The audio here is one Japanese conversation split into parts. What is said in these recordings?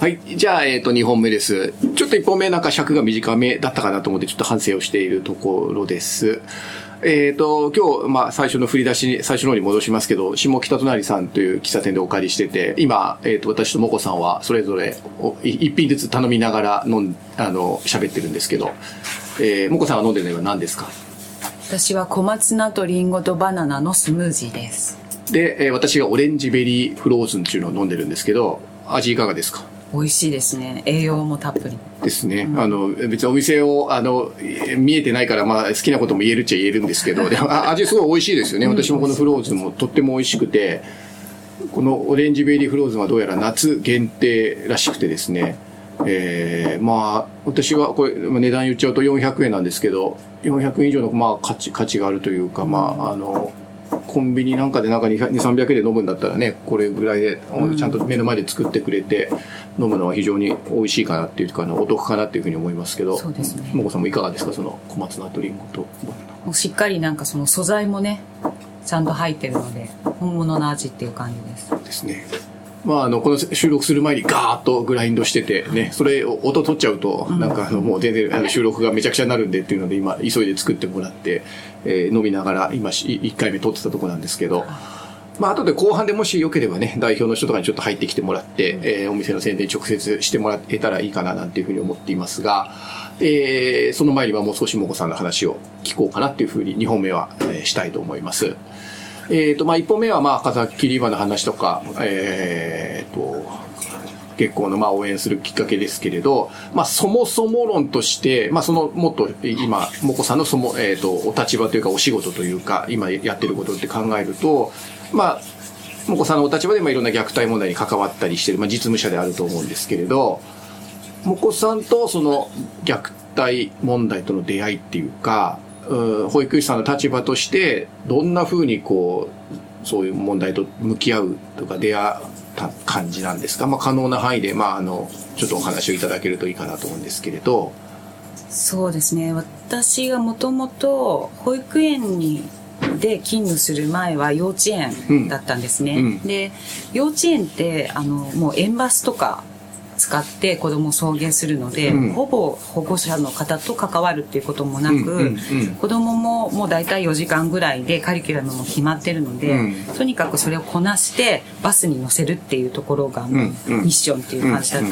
はい。じゃあ、2本目です。ちょっと1本目なんか尺が短めだったかなと思ってちょっと反省をしているところです。今日、最初の振り出しに、最初の方に戻しますけど、下北隣さんという喫茶店でお借りしてて、今、私ともこさんはそれぞれ一品ずつ頼みながら喋ってるんですけど、もこさんが飲んでるのは何ですか？ 私は小松菜とリンゴとバナナのスムージーです。 で、私がオレンジベリーフローズンっていうのを飲んでるんですけど、味いかがですか？ 美味しいですね。栄養もたっぷりですね。別にお店を見えてないから好きなことも言えるっちゃ言えるんですけど、でも味すごい美味しいですよね。私もこのフローズンもとっても美味しくて、このオレンジベリーフローズンはどうやら夏限定らしくてですね。私はこれ値段言っちゃうと400円なんですけど、400円以上の価値があるというか、コンビニなんかで200、300円で飲むんだったらね、これぐらいでちゃんと目の前で作ってくれて飲むのは非常に美味しいかなっていうかお得かなっていうふうに思いますけど。 そうですね。 もこさんもいかがですか？その小松菜とリンゴとバナナ。 もうしっかりその素材もねちゃんと入ってるので本物の味っていう感じです。 ですね。この収録する前にガーッとグラインドしててね、それを音取っちゃうともう全然収録がめちゃくちゃになるんでっていうので今急いで作ってもらって、飲みながら今1回目撮ってたとこなんですけど、後で後半でもしよければね、代表の人とかにちょっと入ってきてもらって、お店の宣伝直接してもらえたらいいかななんていうふうに思っていますが、その前にはもう少しもこさんの話を聞こうかなっていうふうに2本目は、したいと思います。1本目は風切り場の話とか、結婚の応援するきっかけですけれど、そもそも論として、もっと今、もこさんのお立場というかお仕事というか、今やってることって考えると、もこさんのお立場でいろんな虐待問題に関わったりしてる、実務者であると思うんですけれど、もこさんとその虐待問題との出会いっていうか、保育士さんの立場としてどんな風にそういう問題と向き合うとか出会った感じなんですか？可能な範囲でちょっとお話をいただけるといいかなと思うんですけれど。 そうですね。私がもともと保育園で勤務する前は幼稚園だったんですね。で、幼稚園ってもう園バスとか使って子供を送迎するので、ほぼ保護者の方と関わるっていうこともなく、子供ももう大体4時間ぐらいでカリキュラムも決まってるので、とにかくそれをこなしてバスに乗せるっていうところがもうミッションっていう感じだった。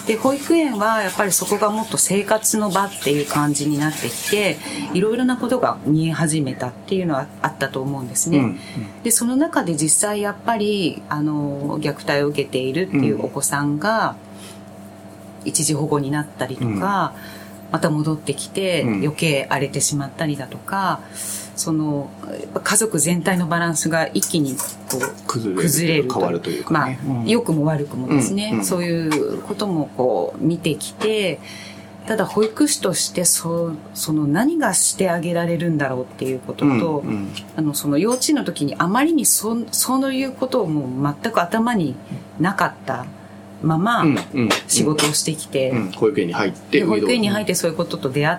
で、保育園はやっぱりそこがもっと生活の場っていう感じになってきて、いろいろなことが見え始めたっていうのはあったと思うんですね。で、その中で実際やっぱり虐待を受けているっていうお子さんが一時保護になったりとか、また戻ってきて余計荒れてしまったりだとか、家族全体のバランスが一気に崩れると、 変わるというかね、 良くも悪くもですね、そういうことも見てきて、ただ保育士としてその何がしてあげられるんだろうっていうことと、その幼稚園の時にあまりにそういうことをもう全く頭になかったまま仕事をしてきて、 保育園に入ってそういうことと出会って、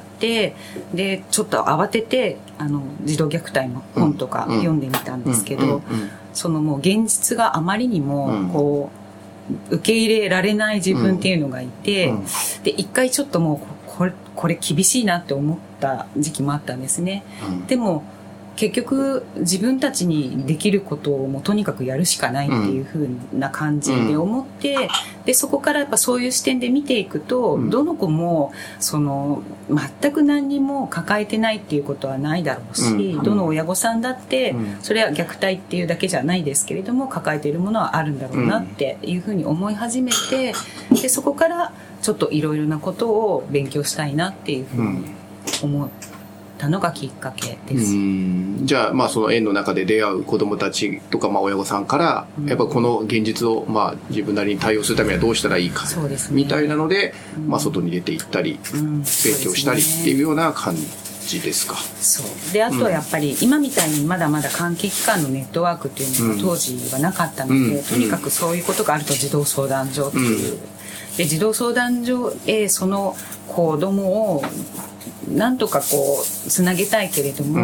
でちょっと慌てて児童虐待の本とか読んでみたんですけど、もう現実があまりにも受け入れられない自分っていうのがいて、で一回ちょっともうこれ厳しいなって思った時期もあったんですね。でも結局自分たちにできることをもうとにかくやるしかないっていう風な感じで思って、でそこからやっぱそういう視点で見ていくと、どの子も全く何にも抱えてないっていうことはないだろうし、どの親御さんだってそれは虐待っていうだけじゃないですけれども抱えているものはあるんだろうなっていう風に思い始めて、でそこからちょっといろいろなことを勉強したいなっていう風に思ったのがきっかけです。 じゃあその園の中で出会う子どもたちとか親御さんからやっぱこの現実を自分なりに対応するためにはどうしたらいいか、みたいなので外に出て行ったり勉強したりっていうような感じですか？ そうで、あとはやっぱり今みたいにまだまだ関係機関のネットワークっていうのが当時はなかったので、とにかくそういうことがあると児童相談所っていう、で児童相談所へその子供をなんとかつなげたいけれども、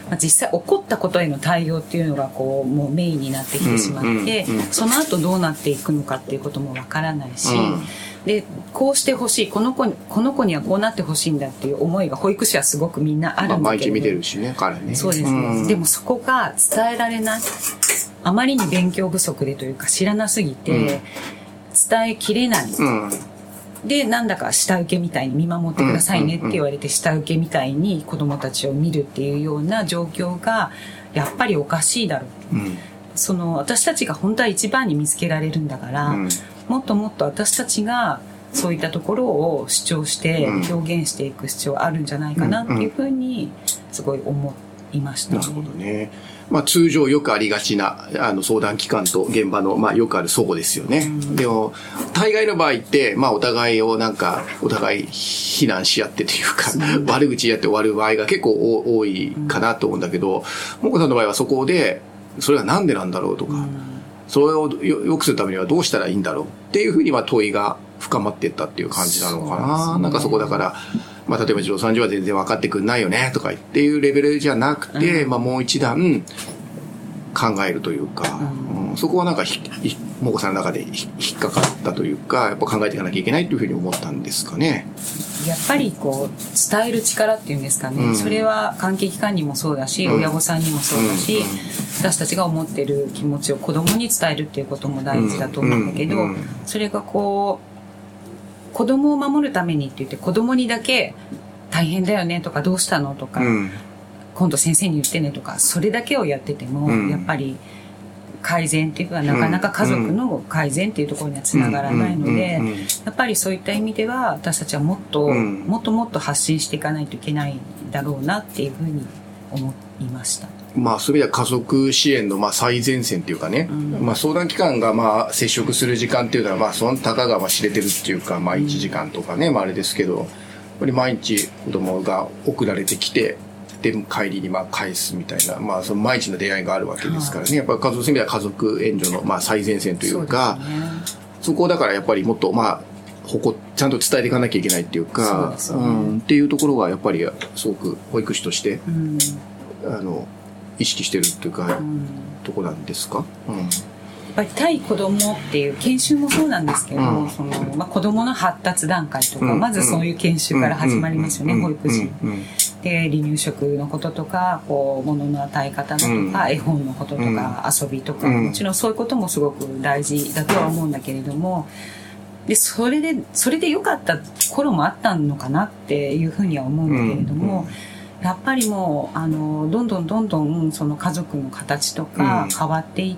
実際起こったことへの対応っていうのがこうもうメインになってきてしまって、その後どうなっていくのかっていうこともわからないし、でこうしてほしい、この子にはこうなってほしいんだっていう思いが保育士はすごくみんなあるんだけど、 毎日見てるしね、彼ね。 そうですね、でもそこが伝えられない、あまりに勉強不足でというか知らなすぎて伝えきれない、でなんだか下請けみたいに見守ってくださいねって言われて下請けみたいに子どもたちを見るっていうような状況がやっぱりおかしいだろう、その私たちが本当は一番に見つけられるんだから、もっともっと私たちがそういったところを主張して表現していく必要あるんじゃないかなっていうふうにすごい思いましたね。 なるほどね。通常よくありがちな相談機関と現場の、よくある齟齬ですよね。でも大概の場合って、お互いをお互い非難し合ってというか、悪口言い合って終わる場合が結構多いかなと思うんだけど、もこさんの場合はそこでそれはなんでなんだろうとか、それを良くするためにはどうしたらいいんだろうっていうふうに問いが深まっていったっていう感じなのかな。なんかそこだから、例えば児童参事は全然分かってくんないよねとかっていうレベルじゃなくて、もう一段考えるというか、そこはなんかもこさんの中で引っかかったというか、やっぱ考えていかなきゃいけないというふうに思ったんですかね。 やっぱりこう伝える力っていうんですかね、それは関係機関にもそうだし、親御さんにもそうだし、私たちが思ってる気持ちを子供に伝えるっていうことも大事だと思うんだけど、それがこう子供を守るためにって言って子供にだけ大変だよねとかどうしたのとか、今度先生に言ってねとかそれだけをやってても、やっぱり改善っていうかなかなか家族の改善っていうところにはつながらないので、やっぱりそういった意味では私たちはもっと発信していかないといけないだろうなっていうふうに思いました。 そういう意味では家族支援の最前線っていうかね、相談機関が接触する時間っていうのはそのたかが知れてるっていうか1時間とかね、あれですけど、やっぱり毎日子供が送られてきてで帰りに返すみたいな、その毎日の出会いがあるわけですからね、やっぱりそういう意味では家族援助の最前線というか、そこをだからやっぱりもっとちゃんと伝えていかなきゃいけないっていうか、っていうところがやっぱりすごく保育士として、意識してるっていうか、とこなんですか。やっぱり対子どもっていう研修もそうなんですけど、子どもの発達段階とか、まずそういう研修から始まりますよね、保育士で。離乳食のこととか物の与え方とか、絵本のこととか、遊びとか、もちろんそういうこともすごく大事だとは思うんだけれども、でそれで良かった頃もあったのかなっていうふうには思うんだけれども、やっぱりもうどんどんその家族の形とか変わっていって、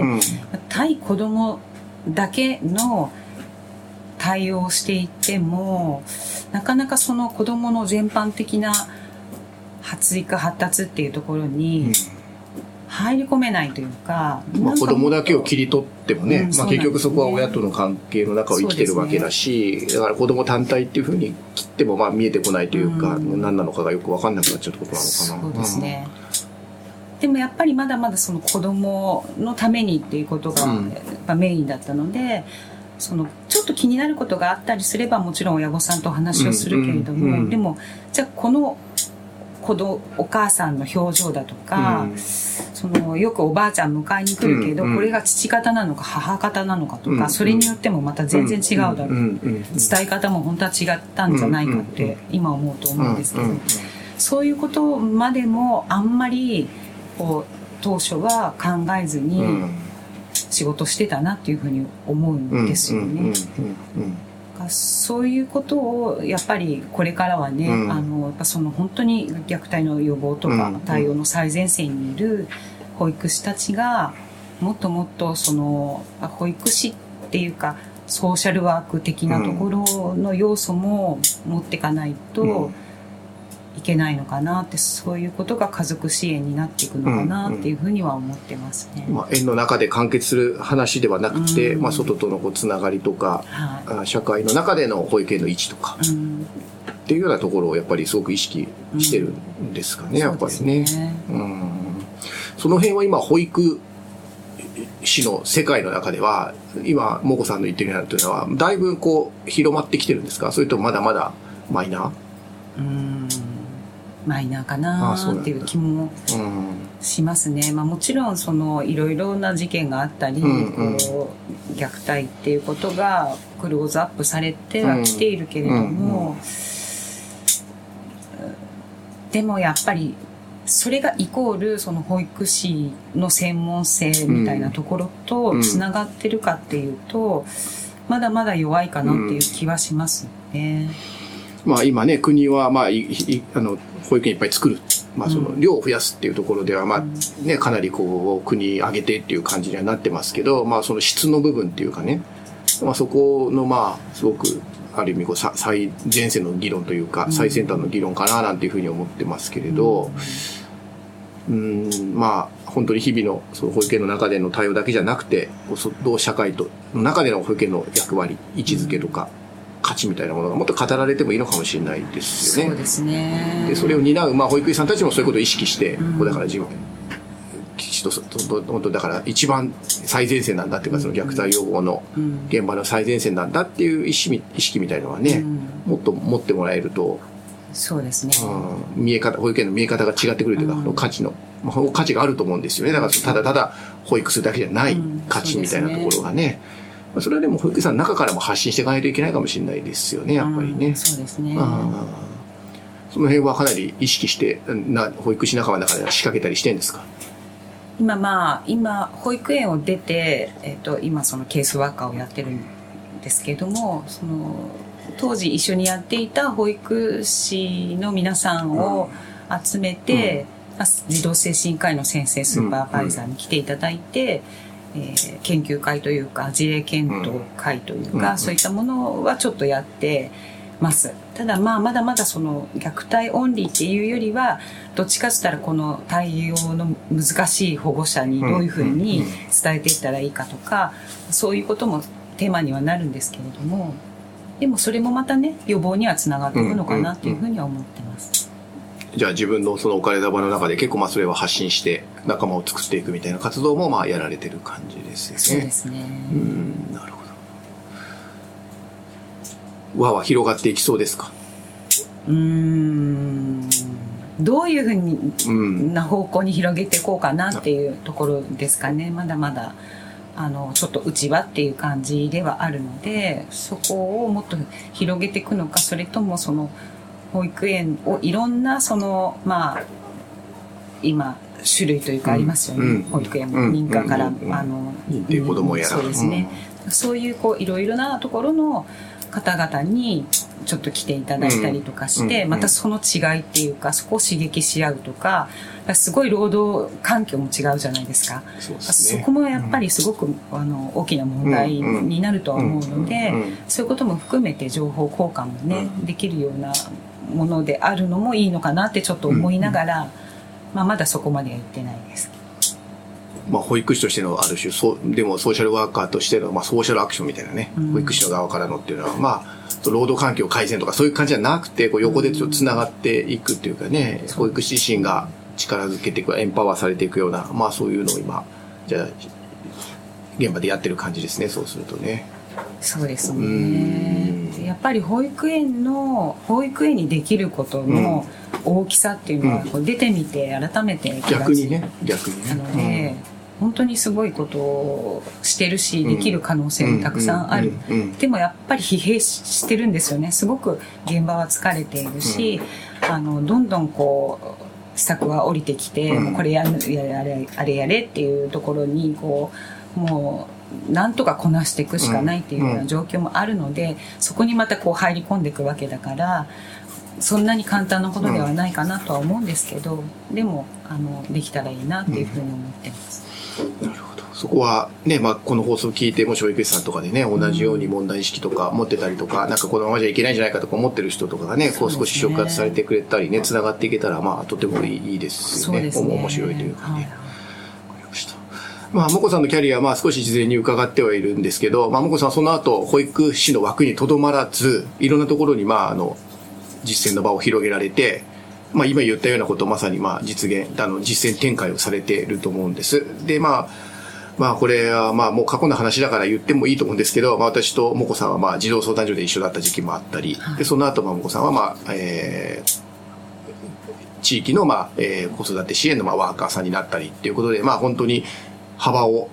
対子供だけの対応をしていってもなかなかその子供の全般的な発育発達っていうところに入り込めないというか、 子供だけを切り取ってもね、結局そこは親との関係の中を生きてるわけだし、だから子供単体っていうふうに切っても見えてこないというか、何なのかがよく分かんなくなっちゃうってことなのかな。 そうですね。でもやっぱりまだまだその子供のためにっていうことがやっぱメインだったので、ちょっと気になることがあったりすればもちろん親御さんとお話をするけれども、でもじゃあこのお母さんの表情だとか、よくおばあちゃん迎えに来るけど、これが父方なのか母方なのかとか、それによってもまた全然違うだろう、伝え方も本当は違ったんじゃないかって今思うと思うんですけど、そういうことまでもあんまり当初は考えずに仕事してたなっていうふうに思うんですよね。そういうことをやっぱりこれからはね、やっぱ本当に虐待の予防とか対応の最前線にいる保育士たちがもっともっと保育士っていうかソーシャルワーク的なところの要素も持っていかないといけないのかなって、そういうことが家族支援になっていくのかなっていうふうには思ってますね。 園の中で完結する話ではなくて、外とのつながりとか、社会の中での保育園の位置とか、っていうようなところをやっぱりすごく意識してるんですかね、やっぱりね。その辺は今保育士の世界の中では今もこさんの言ってるようなというのはだいぶ広まってきてるんですか、それともまだまだマイナー？ マイナーかなっていう気もしますね。もちろんいろいろな事件があったり、こう虐待っていうことがクローズアップされてはきているけれども、でもやっぱりそれがイコール保育士の専門性みたいなところとつながってるかっていうと、まだまだ弱いかなっていう気はしますね。 今ね、国は保育園いっぱい作る、その量を増やすっていうところではかなりこう国上げてっていう感じにはなってますけど、その質の部分っていうかね、そこのすごくある意味最前線の議論というか、最先端の議論かななんていうふうに思ってますけれど、本当に日々のその保育園の中での対応だけじゃなくて、どう社会の中での保育園の役割、位置づけとか、価値みたいなものがもっと語られてもいいのかもしれないですよね。 そうですね。 でそれを担う、保育士さんたちもそういうことを意識して、だから自分本当だから一番最前線なんだっていうか、その虐待予防の現場の最前線なんだっていう意識みたいなのはね、もっと持ってもらえると、 そうですね。 見え方、保育園の見え方が違ってくるというか、価値があると思うんですよね。だからただただ保育するだけじゃない価値みたいなところがね。それはでも保育士さんの中からも発信していかないといけないかもしれないですよね、やっぱりね。 そうですね。 その辺はかなり意識して保育士仲間の中で仕掛けたりしてるんですか？ 今保育園を出て、今そのケースワーカーをやってるんですけども、当時一緒にやっていた保育士の皆さんを集めて、児童精神科医の先生スーパーバイザーに来ていただいて、研究会というか事例検討会というか、そういったものはちょっとやってます。ただまだまだその虐待オンリーっていうよりは、どっちかって言ったらこの対応の難しい保護者にどういうふうに伝えていったらいいかとか、そういうこともテーマにはなるんですけれども、でもそれもまたね、予防にはつながっていくのかなっていうふうには思ってます。 じゃあ自分のその置かれた場の中で結構それを発信して仲間を作っていくみたいな活動もやられてる感じですね。 そうですね。 なるほど。輪は広がっていきそうですか？ どういうふうにな方向に広げていこうかなっていうところですかね。まだまだちょっと内輪っていう感じではあるので、そこをもっと広げていくのか、それともその保育園をいろんな今種類というかありますよね。保育園も認可から認定子どもやら、 そうですね。そういういろいろなところの方々にちょっと来ていただいたりとかして、またその違いっていうか、そこを刺激し合うとか、すごい労働環境も違うじゃないですか。そこもやっぱりすごく大きな問題になるとは思うので、そういうことも含めて情報交換もね、できるようなものであるのもいいのかなってちょっと思いながら、まだそこまでは言ってないです。 保育士としてのある種でもソーシャルワーカーとしての、ソーシャルアクションみたいなね、保育士の側からのっていうのは労働環境改善とかそういう感じじゃなくて、横でちょっとつながっていくっていうかね、保育士自身が力づけていく、エンパワーされていくような、そういうのを今じゃあ現場でやってる感じですね。そうするとね。 そうですね。やっぱり保育園にできることの大きさっていうのは出てみて改めて逆にねなので、本当にすごいことをしてるし、できる可能性もたくさんある。でもやっぱり疲弊してるんですよね。すごく現場は疲れているし、どんどん施策は降りてきて、もうこれやれあれやれっていうところにもうなんとかこなしていくしかないっていうような状況もあるので、そこにまた入り込んでいくわけだから、そんなに簡単なことではないかなとは思うんですけど、でもできたらいいなっていうふうに思ってます。 なるほど。そこはね、この放送を聞いてもし保育士さんとかでね、同じように問題意識とか持ってたりとか、このままじゃいけないんじゃないかとか思ってる人とかがね、少し触発されてくれたりね、つながっていけたらとてもいいですよね。面白いというかね。もこさんのキャリアは少し事前に伺ってはいるんですけど、もこさんはその後保育士の枠にとどまらず、いろんなところに実践の場を広げられて、今言ったようなことをまさに実践展開をされていると思うんです。でこれはもう過去の話だから言ってもいいと思うんですけど、私ともこさんは児童相談所で一緒だった時期もあったり、でその後もこさんは地域の、子育て支援の、ワーカーさんになったりっていうことで、本当に幅を、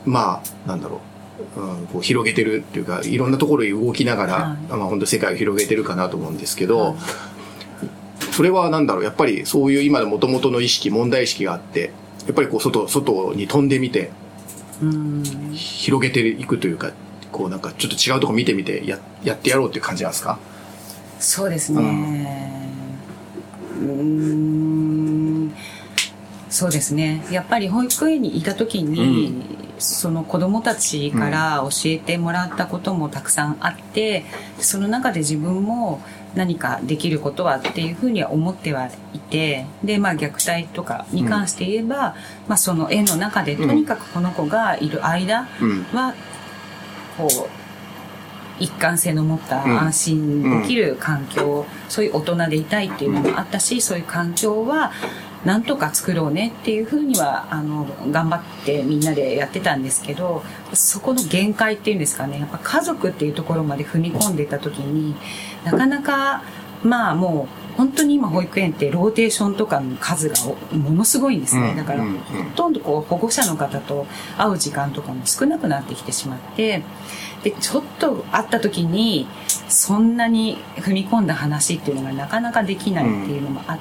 こう広げてるっていうか、いろんなところに動きながら、本当世界を広げてるかなと思うんですけど、それはやっぱりそういう今の元々の意識、問題意識があって、やっぱりこう外に飛んでみて、広げていくというか、こうちょっと違うとこ見てみてやってやろうっていう感じなんですか？ そうですね。そうですね。やっぱり保育園にいた時に、その子どもたちから教えてもらったこともたくさんあって、その中で自分も何かできることはっていうふうには思ってはいて、で虐待とかに関して言えば、その園の中でとにかくこの子がいる間は、こう一貫性の持った安心できる環境、そういう大人でいたいっていうのもあったし、そういう環境はなんとか作ろうねっていうふうには頑張ってみんなでやってたんですけど、そこの限界っていうんですかね、やっぱ家族っていうところまで踏み込んでた時になかなかもう本当に今保育園ってローテーションとかの数がものすごいんですね。だからほとんどこう保護者の方と会う時間とかも少なくなってきてしまって、でちょっと会った時にそんなに踏み込んだ話っていうのがなかなかできないっていうのもあって、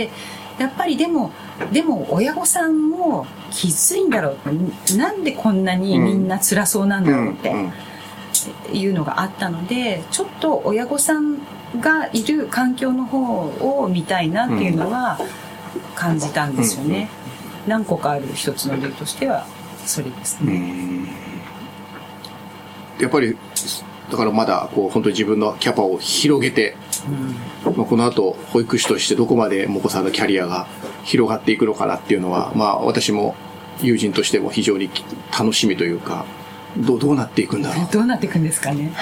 やっぱりでも親御さんもきついんだろう、なんでこんなにみんな辛そうなんだろうっていうのがあったので、ちょっと親御さんがいる環境の方を見たいなっていうのは感じたんですよね。何個かある一つの例としてはそれですね。 やっぱりだからまだこう本当に自分のキャパを広げて、この後保育士としてどこまでもこさんのキャリアが広がっていくのかなっていうのは、私も友人としても非常に楽しみというか、どうなっていくんだろう。 どうなっていくんですかね。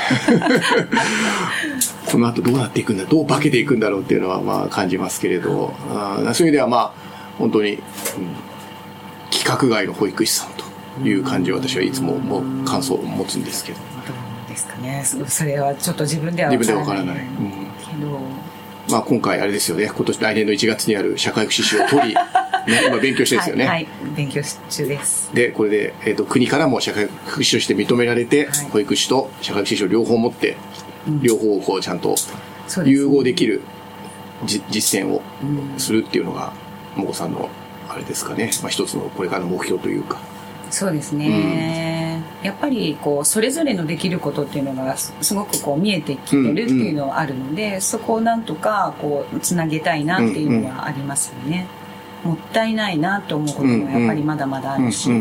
この後どうなっていくんだ、どう化けていくんだろうっていうのは感じますけれど、そういう意味では本当に、規格外の保育士さんという感じを私はいつも感想を持つんですけど。 どうですかね。それはちょっと自分では分からない。けど今回あれですよね。来年の1月にある社会福祉士を取り、今勉強してるんですよね。 はい、勉強中です。 で、これで、国からも社会福祉士として認められて、保育士と社会福祉士を両方持って、両方をこうちゃんと融合できる実践をするっていうのが、もこさんのあれですかね。一つのこれからの目標というか。 そうですね。やっぱりこうそれぞれのできることっていうのがすごくこう見えてきてるっていうのはあるので、そこをなんとかこうつなげたいなっていうのはありますよね。もったいないなと思うこともやっぱりまだまだあるし。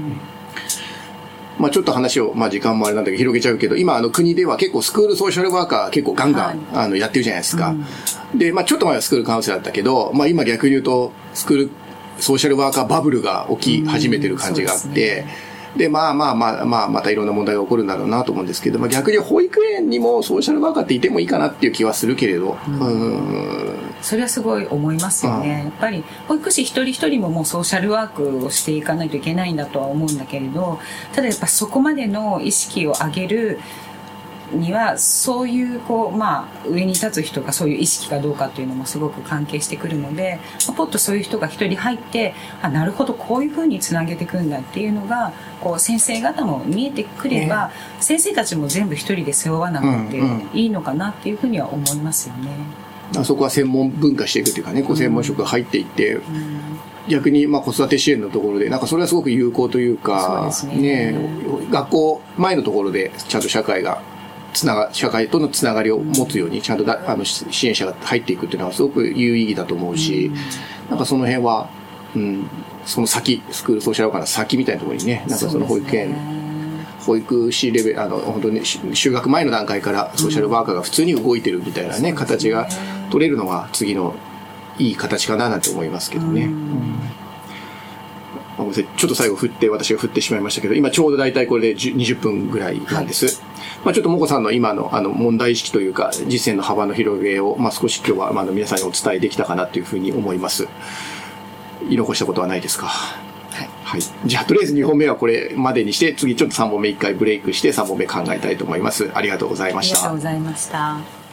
ちょっと話を、時間もあれなんだけど広げちゃうけど、今国では結構スクールソーシャルワーカー結構ガンガン、やってるじゃないですか。で、ちょっと前はスクールカウンセラーだったけど、今逆に言うとスクールソーシャルワーカーバブルが起き始めてる感じがあって、で、またいろんな問題が起こるんだろうなと思うんですけど、逆に保育園にもソーシャルワーカーっていてもいいかなっていう気はするけれど、 それはすごい思いますよね。やっぱり保育士一人一人ももうソーシャルワークをしていかないといけないんだとは思うんだけれど、ただやっぱそこまでの意識を上げるにはそういう上に立つ人がそういう意識かどうかっていうのもすごく関係してくるので、ポッとそういう人が一人入って、なるほどこういうふうにつなげていくんだっていうのがこう先生方も見えてくれば、先生たちも全部一人で背負わなくていいのかなっていうふうには思いますよね。 そこは専門分化していくというかね、専門職が入っていって、逆に子育て支援のところでそれはすごく有効というか、学校前のところでちゃんと社会とのつながりを持つようにちゃんと支援者が入っていくっていうのはすごく有意義だと思うし、その辺は、その先、スクールソーシャルワーカーの先みたいなところにね、その保育園、保育士レベル、本当に就学前の段階からソーシャルワーカーが普通に動いてるみたいなね、形が取れるのが次のいい形かななんて思いますけどね。ごめんなさい、ちょっと最後私が振ってしまいましたけど、今ちょうど大体これで20分ぐらいなんです。ちょっともこさんの今の問題意識というか実践の幅の広げを、少し今日は皆さんにお伝えできたかなというふうに思います。言い残したことはないですか？はい。じゃあとりあえず2本目はこれまでにして、次ちょっと3本目1回ブレイクして3本目考えたいと思います。ありがとうございました。 ありがとうございました。